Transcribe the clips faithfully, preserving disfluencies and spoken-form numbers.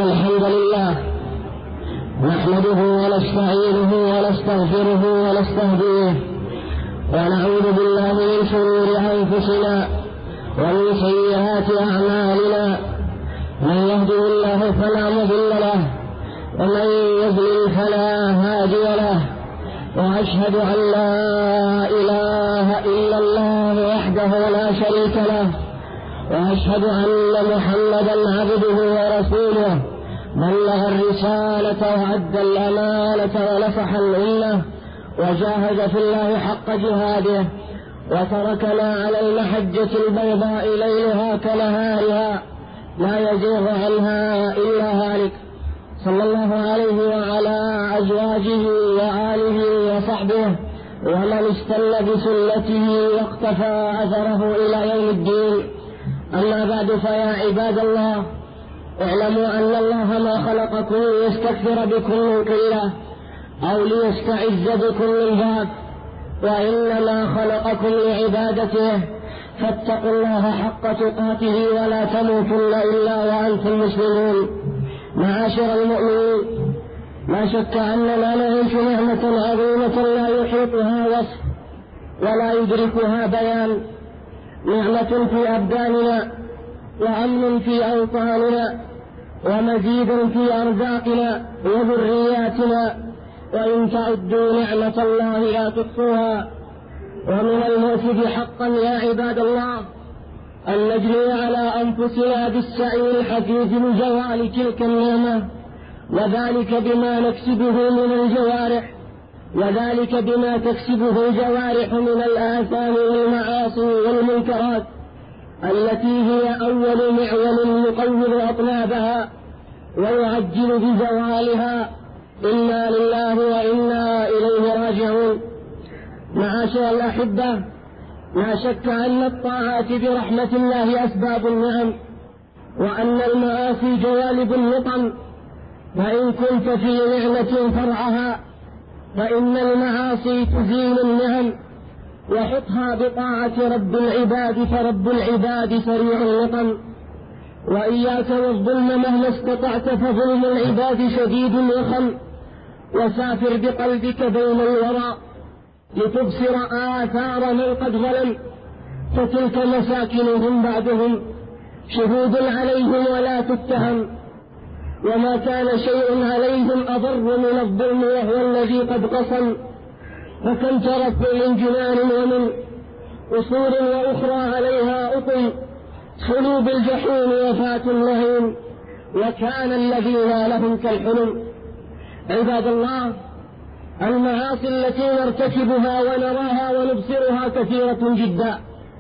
الحمد لله نحمده ونستعينه ونستغفره ونستهديه ونعوذ بالله من شرور أنفسنا ومن سيئات أعمالنا. من يهده الله فلا مضل له ومن يضلل فلا هادي له. وأشهد أن لا إله إلا الله وحده لا شريك له، وأشهد أن محمدا عبده ورسوله بلغ الرسالة وأدى الأمانة ونصح الأمة وجاهد في الله حق جهاده، وتركنا على المحجة البيضاء ليلها كنهارها لا يزيغ عنها إلا هالك. صلى الله عليه وعلى أزواجه وآله وصحبه ومن استنى بسنته واقتفى أثره إلى يوم الدين. أما بعد، فيا عباد الله، اعلموا أن الله ما خلقكم ليستكثر بكم من قلة أو ليستعز بكم من ذات، وإنما خلقكم لعبادته، فاتقوا الله حق تقاته ولا تموتن إلا وأنتم مسلمون. معاشر المؤمنين، لا شك أننا نعيش نعمة عظيمة لا يحيطها وصف ولا يدركها بيان، نعمة في أبداننا وأمن في أوطاننا ومزيد في أرزاقنا وذرياتنا، وإن تعدوا نعمة الله لا تحصوها. ومن المؤسف حقا يا عباد الله أن نجني على أنفسنا بالسعي الحثيث لزوال تلك النعمة، وذلك بما نكسبه من الجوارح وذلك بما تكسبه الجوارح من الآثام والمعاصي والمنكرات التي هي أول معول يقوض أطنابها ويعجل بزوالها. إنا لله وإنا إليه راجعون. معاشر الأحبة، لا شك أن الطاعات برحمة الله أسباب النعم، وأن المعاصي جوالب النقم، فإن كنت في نعمة فرعها فإن المعاصي تزيل النعم. وحطها بطاعة رب العباد، فرب العباد سريع النقم. وإياك والظلم مهما استطعت، فظلم العباد شديد الوخم. وسافر بقلبك بين الورى لتبصر آثار من قد ظلم، فتلك مساكنهم بعدهم شهود عليهم ولا تتهم. وما كان شيء عليهم أضر من الظلم وهو الذي قد قصم. فكم تركوا من جنان ومن أصول وأخرى عليها أطم، صلوب الجحيم وفات النعيم، وكان الذين لهم كالحلم. عباد الله، المعاصي التي نرتكبها ونراها ونبصرها كثيرة جدا،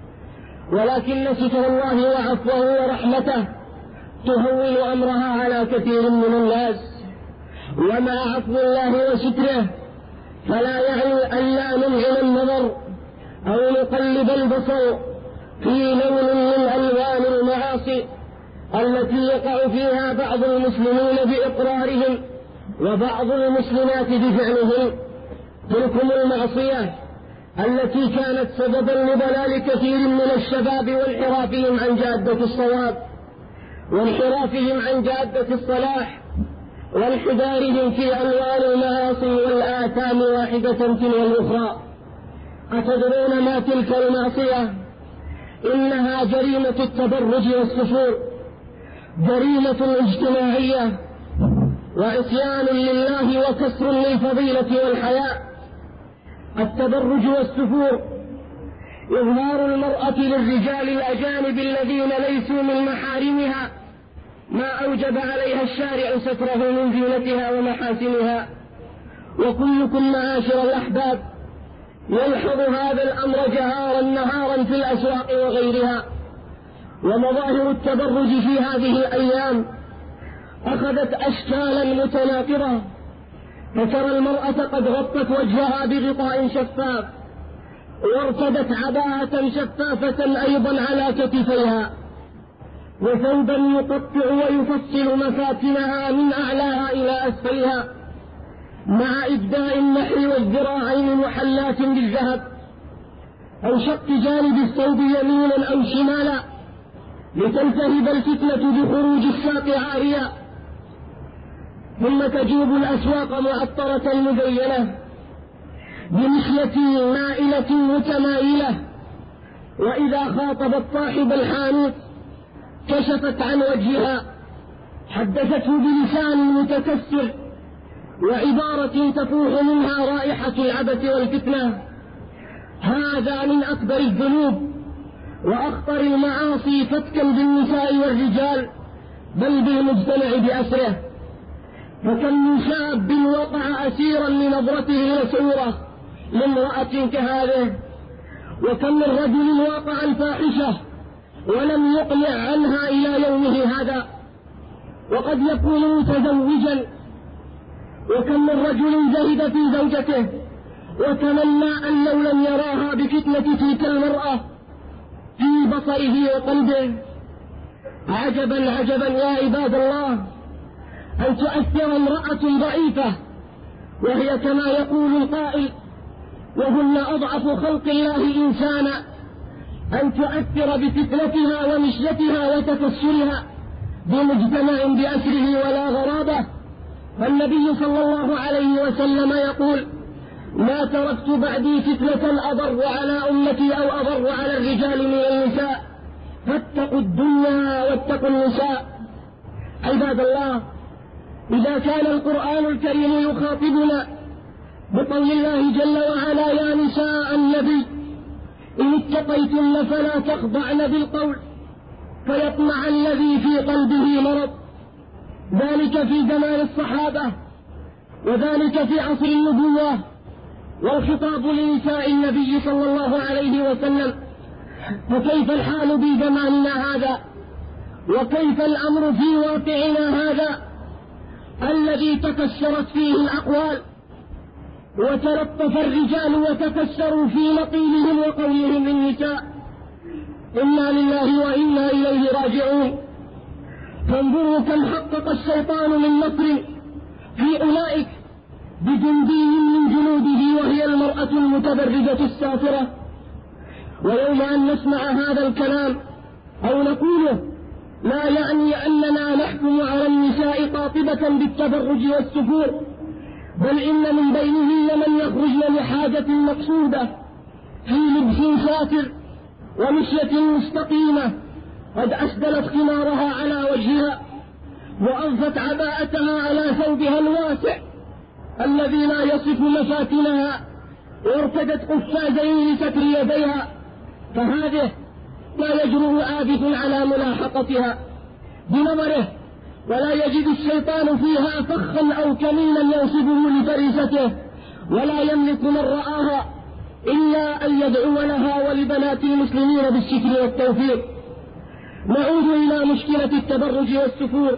ولكن ستر الله وعفوه ورحمته تهون أمرها على كثير من الناس. ومع عفو الله وستره فلا يعني أن لا نمعن النظر أو نقلب البصر في لون من ألوان المعاصي التي يقع فيها بعض المسلمين بإقرارهم وبعض المسلمات بفعلهم. تلكم المعصية التي كانت سببا لضلال كثير من الشباب وانحرافهم عن جادة الصواب وانحرافهم عن جادة الصلاح وانحدارهم في ألوان المعاصي والآثام واحدة تلو الأخرى. أتدرون ما تلك المعصية؟ إنها جريمة التبرج والسفور، جريمة اجتماعية وعصيان لله وكسر للفضيلة والحياء. التبرج والسفور إظهار المرأة للرجال الأجانب الذين ليسوا من محارمها ما أوجب عليها الشارع ستره من زينتها ومحاسنها. وكلكم معاشر الأحباب يلحظ هذا الأمر جهارا نهارا في الأسواق وغيرها. ومظاهر التبرج في هذه الأيام أخذت أشكالا متناقضة، فترى المرأة قد غطت وجهها بغطاء شفاف وارتدت عباءة شفافة أيضا على كتفيها، وثوبا يقطع ويفصل مفاتنها من أعلاها إلى أسفلها، مع إبداء النحر والذراعين محلات بالذهب، أو شق جانب الثوب يمينا أو شمالا لتلتهب الفتنة بخروج الساق عاريا. ثم تجوب الأسواق معطرة مزينة بمشية مائلة متمايلة، وإذا خاطبت صاحب الحانوت كشفت عن وجهها، حدثته بلسان متكسر وعبارة تفوح منها رائحة العبث والفتنة. هذا من أكبر الذنوب وأخطر المعاصي فتكا بالنساء والرجال، بل بالمجتمع بأسره. فكم من شاب وقع أسيرا لنظرته مسعورة لامرأة كهذه، وكم من رجل وقع الفاحشة ولم يقلع عنها إلى يومه هذا، وقد يكون متزوجا، وكم من رجل زهد في زوجته وتمنى أن لو لم يراها بفتنة تلك المرأة في بصره وقلبه. عجبا عجبا يا عباد الله أن تؤثر امرأة ضعيفة، وهي كما يقول القائل وهن أضعف خلق الله إنسانا، أن تؤثر بفتنتها ومشيتها وتكسرها بمجتمع بأسره ولا غرابة. فالنبي صلى الله عليه وسلم يقول: ما تركت بعدي فتنة أضر على أمتي أو أضر على الرجال من النساء، فاتقوا الدنيا واتقوا النساء. عباد الله، إذا كان القرآن الكريم يخاطبنا بقول الله جل وعلا: يا نساء النبي إن اتقيتن فلا تخضعن بالقول فيطمع الذي في قلبه مرض، ذلك في زمان الصحابة وذلك في عصر النبوة، والخطاب لنساء النبي صلى الله عليه وسلم. فكيف الحال بزماننا هذا؟ وكيف الأمر في واقعنا هذا الذي تكسرت فيه الأقوال وتلطف الرجال وتكسروا في نقيلهم وقولهم للنساء؟ إنا لله وإنا إليه راجعون. فانظروا كم حقق الشيطان من نصر في أولئك بجندي من جنوده، وهي المرأة المتبرجة السافرة. ويوم أن نسمع هذا الكلام أو نقوله لا يعني أننا نحكم على النساء قاطبة بالتبرج والسفور، بل إن من بينهن من يخرجن لحاجة مقصودة في لبس ساتر ومشية مستقيمة، قد أسدلت خمارها على وجهها وأضفت عباءتها على ثوبها الواسع الذي لا يصف مفاتنها، وارتدت قفازين لستر يديها، فهذه لا يجرؤ آبث على ملاحقتها بنظره، ولا يجد الشيطان فيها فخا أو كمينا ينصبه لفريسته، ولا يملك من رآها إلا أن يدعو لها ولبنات المسلمين بالشكر والتوفيق. نعود إلى مشكلة التبرج والسفور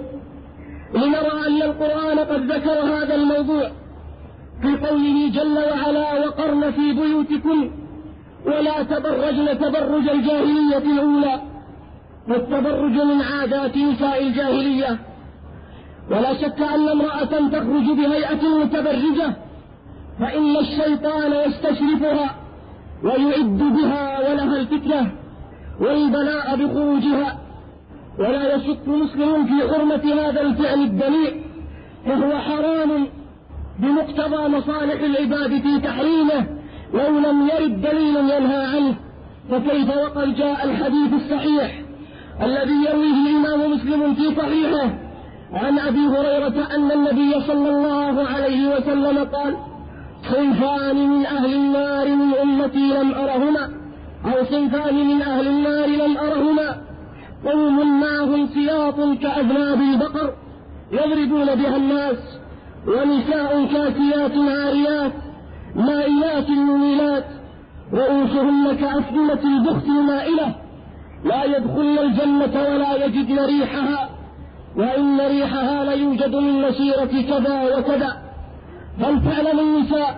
لنرى أن القرآن قد ذكر هذا الموضوع في قوله جل وعلا: وقرن في بيوتكن ولا تبرجن تبرج الجاهلية الأولى. والتبرج من عادات نساء الجاهلية، ولا شك أن امرأة تخرج بهيئة متبرجة فإن الشيطان يستشرفها ويعد بها ولها الفتنة والبلاء بخروجها. ولا يشك مسلم في حرمة هذا الفعل الدنيء، فهو حرام بمقتضى مصالح العباد في تحريمه لو لم يرد دليل ينهى عنه. فكيف وقد جاء الحديث الصحيح الذي يرويه الإمام مسلم في صحيحه عن أبي هريرة أن النبي صلى الله عليه وسلم قال: صنفان من أهل النار من أمتي لم أرهما، أو صنفان من أهل النار لم أرهما، قوم معهم سياط كأذناب البقر يضربون بها الناس، ونساء كاسيات عاريات مائلات مميلات رؤوسهن كأفئدة البخت المائلة، لا يدخلن الجنة ولا يجدن ريحها، وإن ريحها ليوجد من مسيرة كذا وكذا. فلتعلم النساء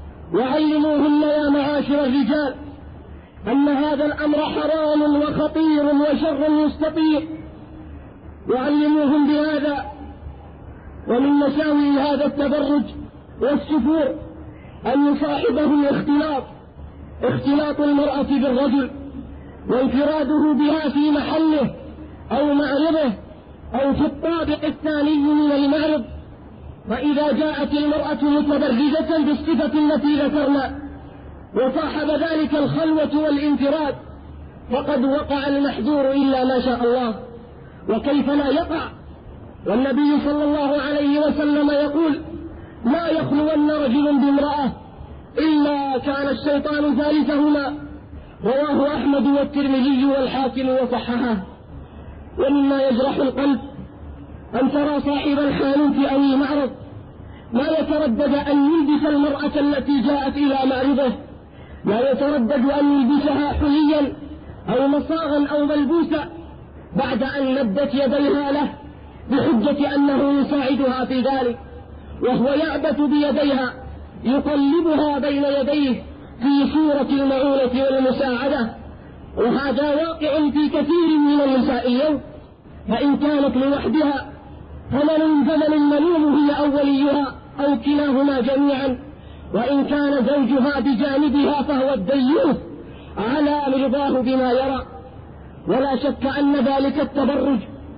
وعلموهن يا معاشر الرجال أن هذا الأمر حرام وخطير وشر مستطير، وعلموهم بهذا. ومن مساوئ هذا التبرج والسفور أن يصاحبه الاختلاط، اختلاط المرأة بالرجل وانفراده بها في محله أو معرضه أو في الطابق الثاني من المعرض، فإذا جاءت المرأة متبرجة بالصفة التي ذكرنا وصاحب ذلك الخلوة والانفراد فقد وقع المحذور إلا ما شاء الله، وكيف لا يقع؟ والنبي صلى الله عليه وسلم يقول: لا يخلون رجل بامرأة إلا كان الشيطان ثالثهما، رواه أحمد والترمذي والحاكم وصححه. ومما يجرح القلب أن ترى صاحب الحانوت أو المعرض لا يتردد أن يلبس المرأة التي جاءت إلى معرضه، لا يتردد أن يلبسها حليا أو مصاغا أو ملبوسا بعد أن مدت يديها له بحجة أنه يساعدها في ذلك، وهو يعبث بيديها يقلبها بين يديه في صورة المعونة والمساعدة. وهذا واقع في كثير من النساء اليوم، فإن كانت لوحدها فمن زمن الملوم هي أو وليها أو كلاهما جميعا، وإن كان زوجها بجانبها فهو الديوث على رضاه بما يرى. ولا شك أن ذلك التبرج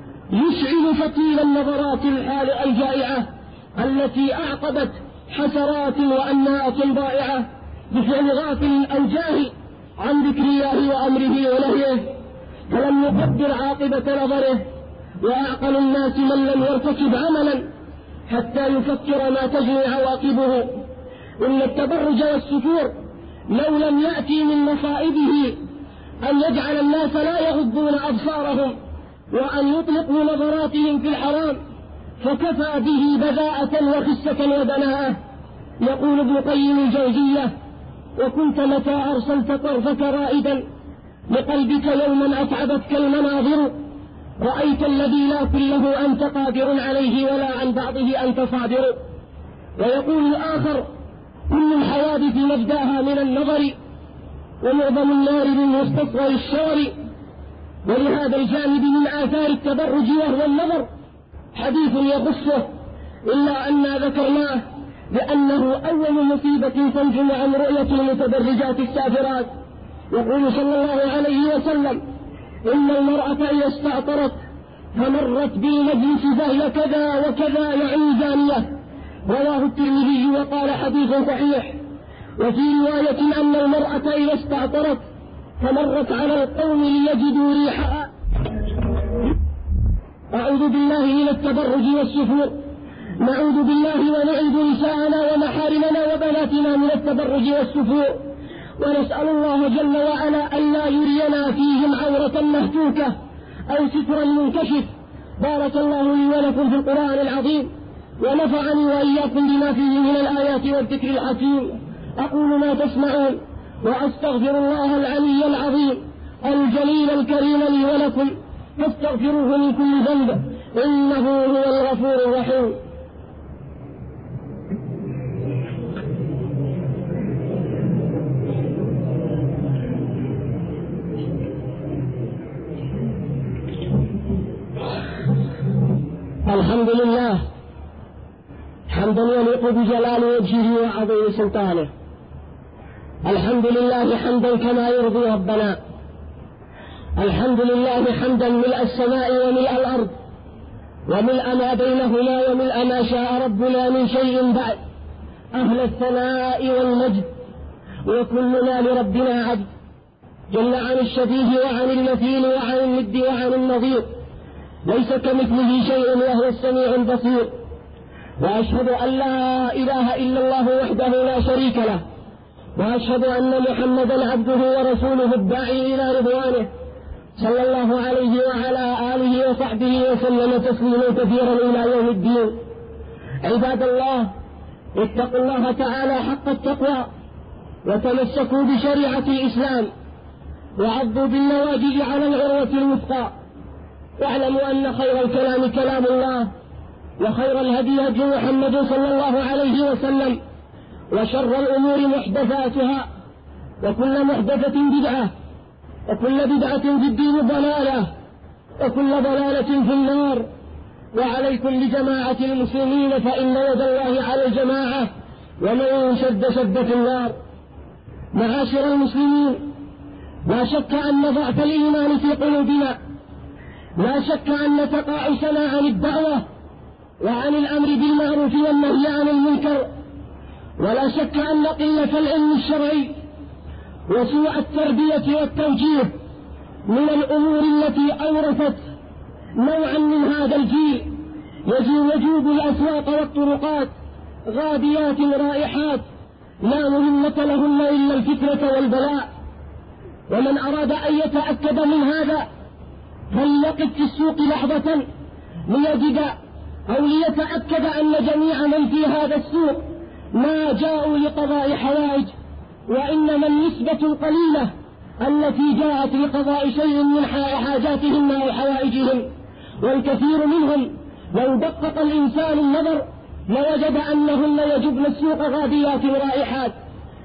يشعل فتيل النظرات الحال الجائعة التي أعقبت حسرات وأناءة ضائعة بفعل غافل أو جاهل عن ذكر الله وأمره ونهيه، فلم يقدر عاقبة نظره. وأعقل الناس من لم يرتكب عملا حتى يفكر ما تجني عواقبه. إن التبرج والسفور لو لم يأتي من مصائبه أن يجعل الناس لا يغضون أبصارهم وأن يطلقوا نظراتهم في الحرام فكفى به بذاءة وخسة ودناءة. يقول ابن قيم الجوزية: وكنت متى أرسلت طرفك رائدا لقلبك يوما أتعبتك المناظر، رأيت الذي لا كله أنت قادر عليه ولا عن بعضه أنت صادر. ويقول الآخر: كل الحوادث مبداها من النظر ومعظم النار من مستصغر الشر. ولهذا الجانب من آثار التبرج وهو النظر حديث يخصه، إلا أن ذكرناه لأنه أول مصيبة تنجم عن رؤية المتبرجات السافرات. يقول صلى الله عليه وسلم: إن المرأة إذا استعطرت فمرت بالمجلس فهي كذا وكذا يعني زانية، رواه الترمذي وقال حديث صحيح. وفي رواية أن المرأة إذا استعطرت فمرت على القوم ليجدوا ريحها. أعوذ بالله من التبرج والسفور، نعوذ بالله ونعيذ نساءنا ومحارمنا وبناتنا من التبرج والسفور، ونسأل الله جل وعلا أن لا يرينا فيهم عورة مهتوكة أو سترا منكشف. بارك الله لي ولكم في القرآن العظيم، ونفعني وإياكم بما فيه من الآيات والذكر الحكيم. أقول ما تسمعون وأستغفر الله العلي العظيم الجليل الكريم لي ولكم، فاستغفروه من كل ذنب إنه هو الغفور الرحيم. الحمد لله حمدا يليق بجلال وجهه وعظيم سلطانه. الحمد لله حمدا كما يرضي ربنا. الحمد لله حمدا ملء السماء وملء الأرض وملء ما بينهما وملء ما شاء ربنا من شيء بعد، أهل الثناء والمجد، وكلنا لربنا عبد، جل عن الشبيه وعن المثيل وعن الند وعن النظير، ليس كمثله شيء وهو السميع البصير. وأشهد أن لا إله إلا الله وحده لا شريك له، وأشهد أن محمدا عبده ورسوله الداعي إلى رضوانه، صلى الله عليه وعلى آله وصحبه وسلم تسليما كثيرا إلى يوم الدين. عباد الله، اتقوا الله تعالى حق التقوى وتمسكوا بشريعة الإسلام وعضوا بالنواجذ على العروة الوثقى، واعلموا أن خير الكلام كلام الله، وخير الهدي هدي محمد صلى الله عليه وسلم، وشر الأمور محدثاتها، وكل محدثة بدعة، وكل بدعة في الدين ضلالة، وكل ضلالة في النار. وعليكم بجماعة المسلمين فإن يد الله على الجماعة، ومن شد شد في النار. معاشر المسلمين، لا شك أن ضعف الإيمان في قلوبنا، لا شك أن تقاعسنا عن الدعوة وعن الأمر بالمعروف بالمعروف والنهي عن المنكر. ولا شك أن قلة العلم الشرعي وسوء التربية والتوجيه من الأمور التي أورثت نوعا من هذا الجيل يجوب الأسواق والطرقات غاديات رائحات لا مهمة لهن إلا الفتنة والبلاء. ومن أراد أن يتأكد من هذا فليقف في السوق لحظة ليجد أو ليتأكد أن جميع من في هذا السوق ما جاءوا لقضاء حوائج، وإنما النسبة القليلة التي جاءت لقضاء شيء من حاجاتهم وحوائجهم، والكثير منهم لو دقق الإنسان النظر لوجد أنهن يجبن السوق غاديات رائحات.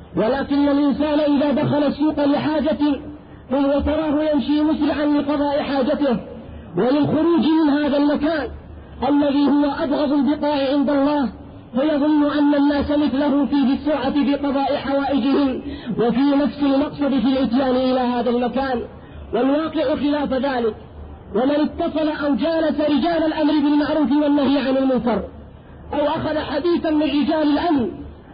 ولكن الإنسان إذا دخل السوق لحاجة فهو تراه يمشي مسرعا لقضاء حاجته وللخروج من هذا المكان الذي هو أبغض البقاع عند الله، فيظن أن الناس مثله في السرعة في قضاء حوائجهم وفي نفس المقصد في الإتيان إلى هذا المكان، والواقع خلاف ذلك. ومن اتصل أو جالس رجال الأمر بالمعروف والنهي عن المنكر أو أخذ حديثا من رجال الأمن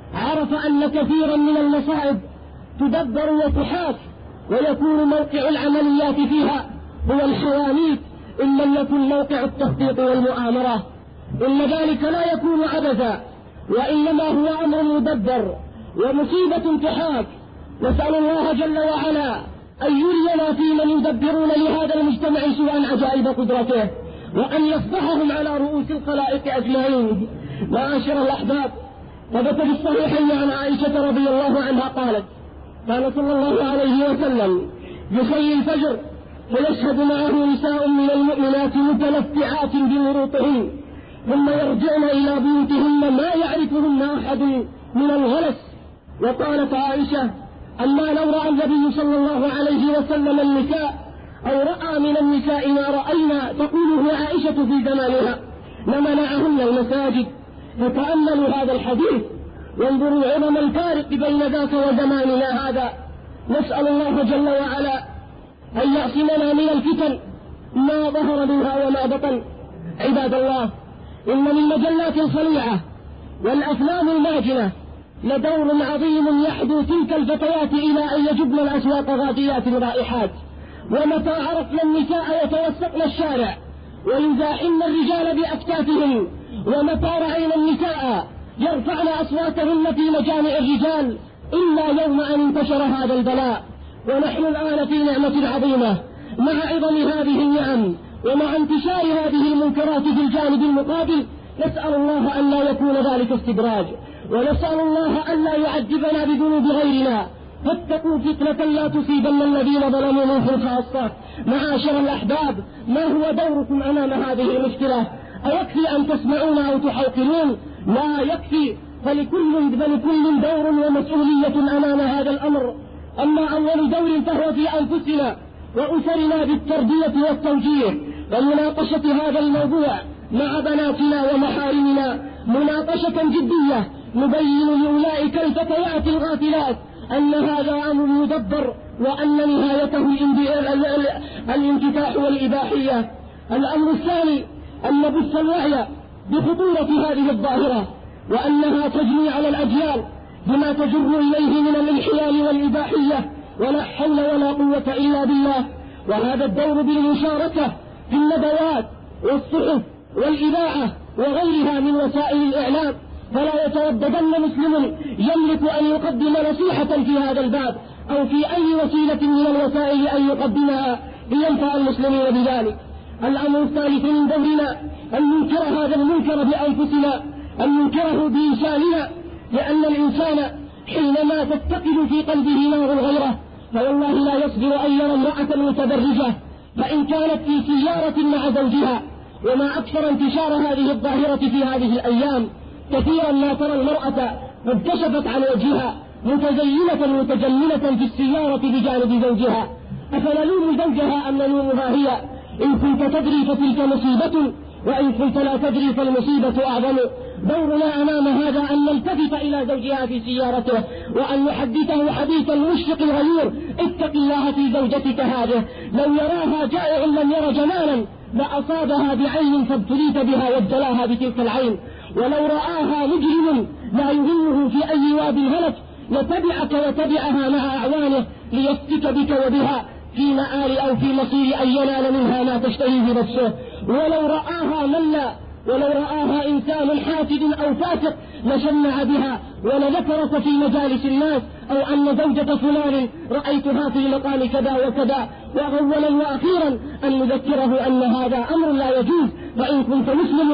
عرف أن كثيرا من المصائب تدبر وتحاك ويكون موقع العمليات فيها هو الحوانيت إن لم يكن موقع التخطيط والمؤامرة. إن ذلك لا يكون عبثا وإنما هو أمر مدبر ومصيبة تحاك. نسأل الله جل وعلا أن يرينا في من يدبرون لهذا المجتمع سوءا عجائب قدرته وأن يفضحهم على رؤوس الخلائق أجمعين. معاشر الأحباب، ثبت في الصحيحين عن عائشة رضي الله عنها قالت: كان صلى الله عليه وسلم يصلي الفجر ويشهد معه نساء من المؤمنات متلفعات بمروطهن ثم يرجعن إلى بيوتهن ما يعرفهن أحد من الغلس. وقالت عائشة: أما لو رأى النبي صلى الله عليه وسلم النساء أو رأى من النساء ما رأينا تقوله عائشة في زمانها لمنعهن المساجد. فتأملوا هذا الحديث وانظروا عظم الفارق بين ذاك وزماننا هذا. نسأل الله جل وعلا أن يعصمنا من الفتن ما ظهر منها وما بطن. عباد الله، إن للمجلات الخليعة والأفلام الماجنة لدور عظيم يحدو تلك الفتيات إلى أن يجبن الأسواق غاديات رائحات، ومتى عرفنا النساء يتوسطن الشارع ويزاحمن الرجال بأكتافهم، ومتى رأينا النساء يرفعن أصواتهن في مجامع الرجال، إلا يوم أن انتشر هذا البلاء. ونحن الآن في نعمة عظيمة مع عظم هذه النعم ومع انتشار هذه المنكرات في الجانب المقابل. نسأل الله أن لا يكون ذلك استدراج، ونسأل الله أن لا يعذبنا بذنوب غيرنا. فاتقوا فتنة لا تصيبن الذين ظلموا منكم خاصة. معاشر الأحباب، ما هو دوركم أمام هذه المشكلة؟ أيكفي أن تسمعون أو تحوقلون؟ لا يكفي، فلكل فلكل دور ومسؤولية أمام هذا الأمر. أما أول دور فهو في أنفسنا وأسرنا بالتربية والتوجيه ومناقشة هذا الموضوع مع بناتنا ومحارمنا مناقشة جدية نبين لأولئك الفتيات الغافلات أن هذا أمر يدبر وأن نهايته الانفتاح والإباحية. الأمر الثاني أن نبث الوعي بخطورة هذه الظاهرة وأنها تجني على الأجيال بما تجر إليه من الانحلال والإباحية، ولا حول ولا قوة إلا بالله. وهذا الدور بالمشاركة في الندوات والصحف والإذاعة وغيرها من وسائل الإعلام. فلا يترددن مسلم يملك أن يقدم نصيحة في هذا الباب أو في أي وسيلة من الوسائل أن يقدمها لينفع المسلمين بذلك. الأمر الثالث من دورنا أن ننكر هذا المنكر بأنفسنا، أن ننكره بإنساننا، لأن الإنسان حينما تتقد في قلبه نار الغيرة فوالله لا يصبر أن يرى امرأة متبرجة فإن كانت في سيارة مع زوجها. وما أكثر انتشار هذه الظاهرة في هذه الأيام، كثيرا ما ترى المرأة قد كشفت عن وجهها متزينة متجملة في السيارة بجانب زوجها. أفنلوم زوجها أم نلومها هي؟ إن كنت تدري فتلك مصيبة، وإن كنت لا تدري فالمصيبة أعظم. دورنا أمام هذا أن نلتفت إلى زوجها في سيارته وأن نحدثه حديث المشفق الغيور: اتق الله في زوجتك هذه، لو يراها جائع لم ير جمالا لأصابها بعين فابتليت بها وابتلاها بتلك العين. ولو رآها مجرم لا يهمه في أي واد هلك لتبعك وتبعها مع أعوانه ليفتك بك وبها في مآل أو في مصير أن ينال منها ما تشتهيه نفسه. ولو رآها ملا ولو رآها إنسان حاسد أو فاسق لشمع بها ولذكرك في مجالس الناس أو أن زوجة فلان رأيتها في مقام كذا وكذا. وأولا وأخيرا أن نذكره أن هذا أمر لا يجوز. فإن كنت مسلم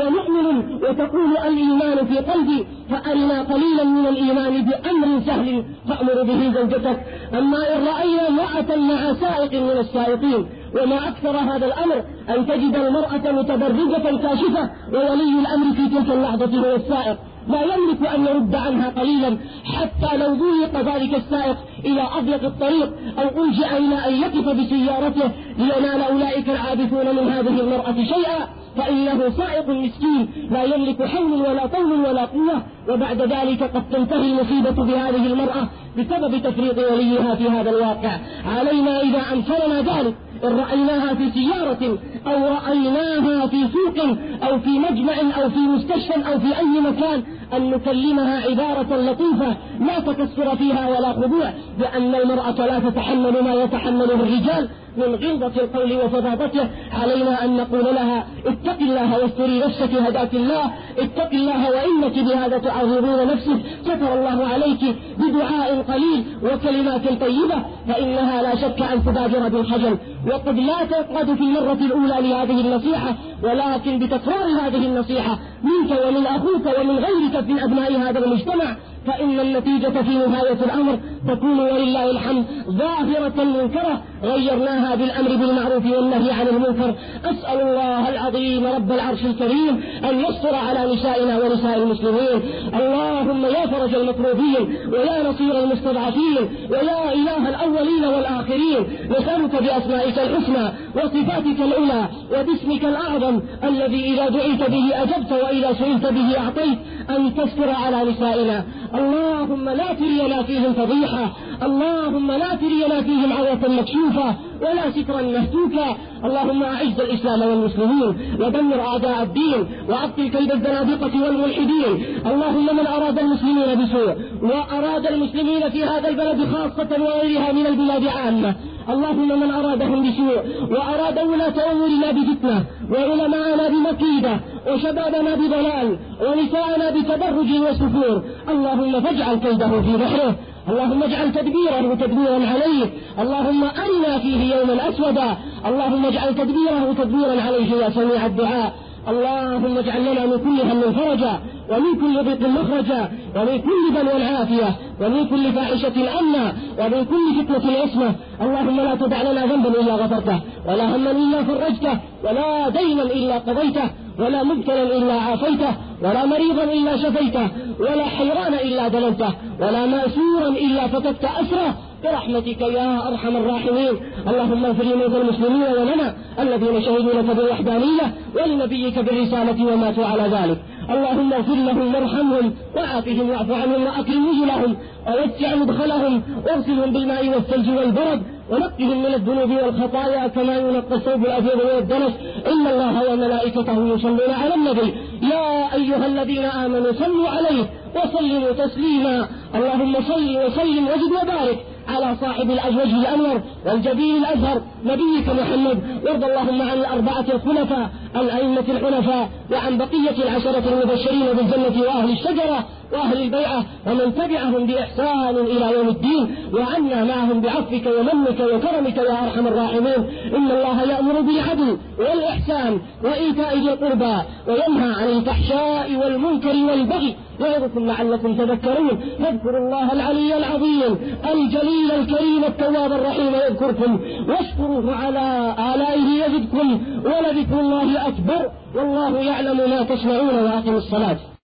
ومؤمن وتقول الإيمان في قلبي فأرنا قليلا من الإيمان بأمر سهل فأمر به زوجتك. أما إن رأينا امرأة مع سائق من السائقين وما أكثر هذا الأمر أن تجد المرأة متبرجة كاشفة وولي الأمر في تلك اللحظة هو السائق لا يملك أن يرد عنها قليلا حتى لو ضيق ذلك السائق إلى أضيق الطريق أو ألجأ إلى أن يقف بسيارته لينال أولئك العابثون من هذه المرأة شيئا فإنه سائق مسكين لا يملك حول ولا طول ولا قوة. وبعد ذلك قد تنتهي المصيبة بهذه المرأة بسبب تفريط وليها في هذا الواقع. علينا إذا أمكننا ذلك إن رأيناها في سيارة أو رأيناها في سوق أو في مجمع أو في مستشفى أو في أي مكان أن نكلمها عبارة لطيفة لا تكسر فيها ولا خضوع لأن المرأة لا تتحمل ما يتحمله الرجال من غلظة القول وفظاظته. علينا أن نقول لها اتق الله واستري نفسك هداك الله، اتق الله وإنك بهذا تعرضون نفسك ستر الله عليك بدعاء قليل وكلمات طيبة فإنها لا شك أن تبادر بالخجل. وقد لا تقعد في المرة الأولى لهذه النصيحة ولكن بتكرار هذه النصيحة منك ومن أخوك ومن غيرك من أبناء هذا المجتمع فإن النتيجة في نهاية الأمر تكون ولله الحمد ظاهرة منكرة غيرناها بالأمر بالمعروف والنهي عن المنكر. أسأل الله العظيم رب العرش الكريم أن يستر على نسائنا ونساء المسلمين. اللهم يا فرج المكروبين ويا نصير المستضعفين ويا إله الأولين والآخرين نسألك بأسمائك الحسنى وصفاتك العلى وباسمك الأعظم الذي إذا دعيت به أجبت وإذا سئلت به أعطيت أن تستر على نسائنا. اللهم لا ترينا فيهم فضيحة، اللهم لا ترينا فيهم عورة مكشوفة ولا سترا مهتوكا. اللهم أعز الإسلام والمسلمين ودمر أعداء الدين وأبطل كيد الزنادقة والملحدين. اللهم من أراد المسلمين بسوء وأراد المسلمين في هذا البلد خاصة وغيرها من البلاد عامة اللهم من أرادهم بسوء وأراد ولاة أمورنا بفتنة وعلماءنا بمكيدة وشبابنا بضلال ونساءنا بتبرج وسفور اللهم فاجعل كيده في بحره. اللهم اجعل تدبيره تدبيرا عليه. اللهم أرنا فيه يوما أسودا. اللهم اجعل تدبيره تدبيرا عليه يا سميع الدعاء. اللهم اجعل لنا من كل هم فرجا ومن كل ضيق مخرجا ومن كل بلوى عافية ومن كل فاحشة أمنا ومن كل فتنة عصمة. اللهم لا تدع لنا ذنبا إلا غفرته ولا هما إلا فرجته ولا دينا إلا قضيته ولا مبتلا إلا عافيته ولا مريضا إلا شفيته ولا حيران إلا دللته ولا مأسورا إلا فتكت أسره برحمتك يا أرحم الراحمين. اللهم اغفر لموتى المسلمين ولنا الذين شهدوا لك بالوحدانية ولنبيك بالرسالة وماتوا على ذلك. اللهم اغفر لهم وارحمهم وعافهم واعف عنهم وأكرم نزلهم ووسع مدخلهم واغسلهم بالماء والثلج والبرد ونقهم من الذنوب والخطايا كما ينقى الثوب الأبيض من الدنس. إن الله وملائكته يصلون على النبي يا أيها الذين آمنوا صلوا عليه وسلموا تسليما. اللهم صل وسلم وزد وبارك على صاحب الوجه الأنور والجبين الأزهر نبيك محمد. وارض اللهم عن الأربعة الخلفاء الأئمة الحنفاء وعن بقية العشرة المبشرين بالجنة وأهل الشجرة وأهل البيعة ومن تبعهم بإحسان إلى يوم الدين وعنا معهم بعفوك ومنك وكرمك يا أرحم الراحمين. إن الله يأمر بالعدل والإحسان وإيتاء ذي القربى وينهى عن الفحشاء والمنكر والبغي يعظكم لعلكم تذكرون. فاذكروا الله العلي العظيم الجليل الكريم التواب الرحيم يذكركم واشكروه على آلائه يزدكم ولذكر الله أكبر والله يعلم ما تصنعون. وأقم الصلاة.